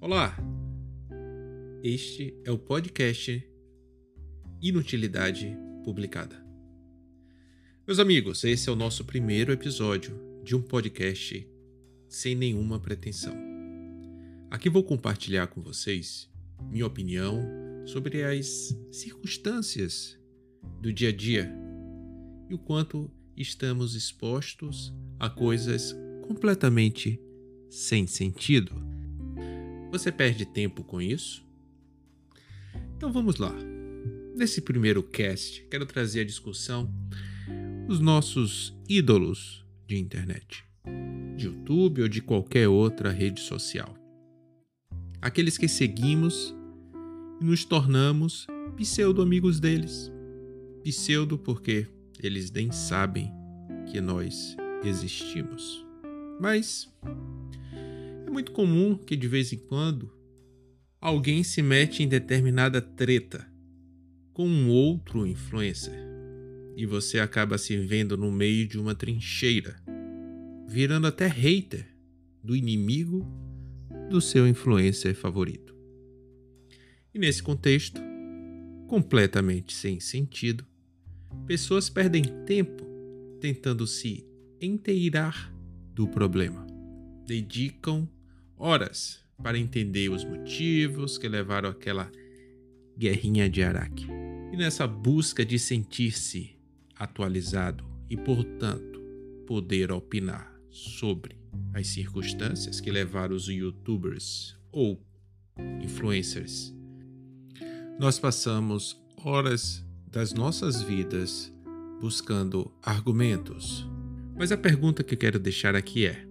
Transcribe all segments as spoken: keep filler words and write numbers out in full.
Olá, este é o podcast Inutilidade Publicada. Meus amigos, esse é o nosso primeiro episódio de um podcast sem nenhuma pretensão. Aqui vou compartilhar com vocês minha opinião sobre as circunstâncias do dia a dia e o quanto estamos expostos a coisas completamente sem sentido. Você perde tempo com isso? Então vamos lá. Nesse primeiro cast, quero trazer à discussão os nossos ídolos de internet, de YouTube ou de qualquer outra rede social. Aqueles que seguimos e nos tornamos pseudo-amigos deles. Pseudo porque eles nem sabem que nós existimos. Mas é muito comum que de vez em quando alguém se mete em determinada treta com um outro influencer e você acaba se vendo no meio de uma trincheira, virando até hater do inimigo do seu influencer favorito. E nesse contexto, completamente sem sentido, pessoas perdem tempo tentando se inteirar do problema. Dedicam horas para entender os motivos que levaram àquela guerrinha de Araque. E nessa busca de sentir-se atualizado e, portanto, poder opinar sobre as circunstâncias que levaram os youtubers ou influencers, nós passamos horas das nossas vidas buscando argumentos. Mas a pergunta que eu quero deixar aqui é: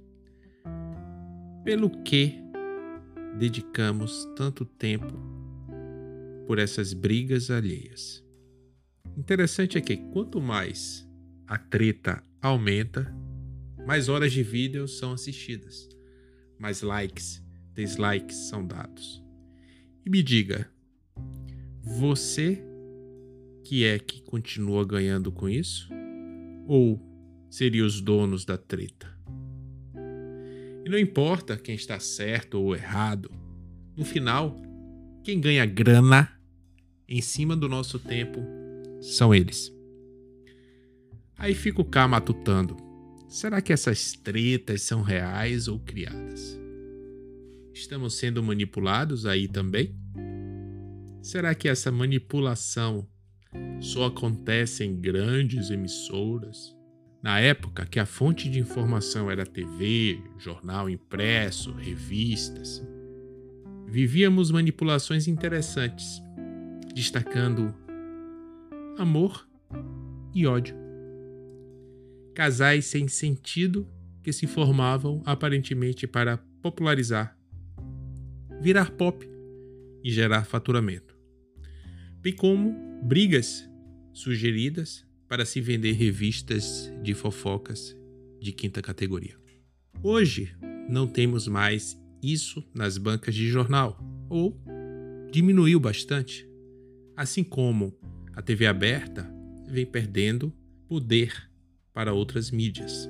pelo que dedicamos tanto tempo por essas brigas alheias? Interessante é que quanto mais a treta aumenta, mais horas de vídeo são assistidas, mais likes, dislikes são dados. E me diga, você que é que continua ganhando com isso? Ou seria os donos da treta? E não importa quem está certo ou errado, no final, quem ganha grana em cima do nosso tempo são eles. Aí fico cá matutando. Será que essas tretas são reais ou criadas? Estamos sendo manipulados aí também? Será que essa manipulação só acontece em grandes emissoras? Na época que a fonte de informação era T V, jornal impresso, revistas, vivíamos manipulações interessantes, destacando amor e ódio. Casais sem sentido que se formavam aparentemente para popularizar, virar pop e gerar faturamento. Bem como brigas sugeridas para se vender revistas de fofocas de quinta categoria. Hoje, não temos mais isso nas bancas de jornal, ou diminuiu bastante, assim como a T V aberta vem perdendo poder para outras mídias.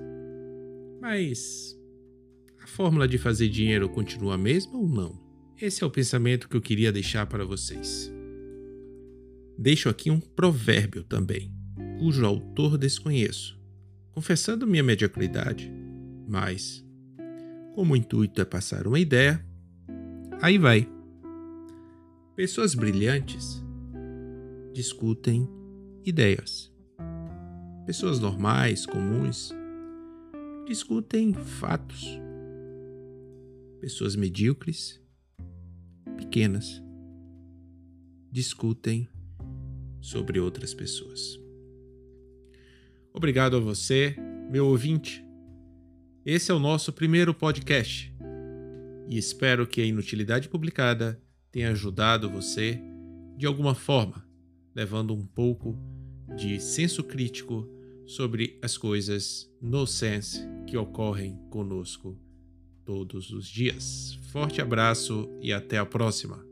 Mas a fórmula de fazer dinheiro continua a mesma ou não? Esse é o pensamento que eu queria deixar para vocês. Deixo aqui um provérbio também, cujo autor desconheço, confessando minha mediocridade, mas, como o intuito é passar uma ideia, aí vai. Pessoas brilhantes discutem ideias. Pessoas normais, comuns, discutem fatos. Pessoas medíocres, pequenas, discutem sobre outras pessoas. Obrigado a você, meu ouvinte. Esse é o nosso primeiro podcast e espero que a Inutilidade Publicada tenha ajudado você de alguma forma, levando um pouco de senso crítico sobre as coisas nonsense que ocorrem conosco todos os dias. Forte abraço e até a próxima.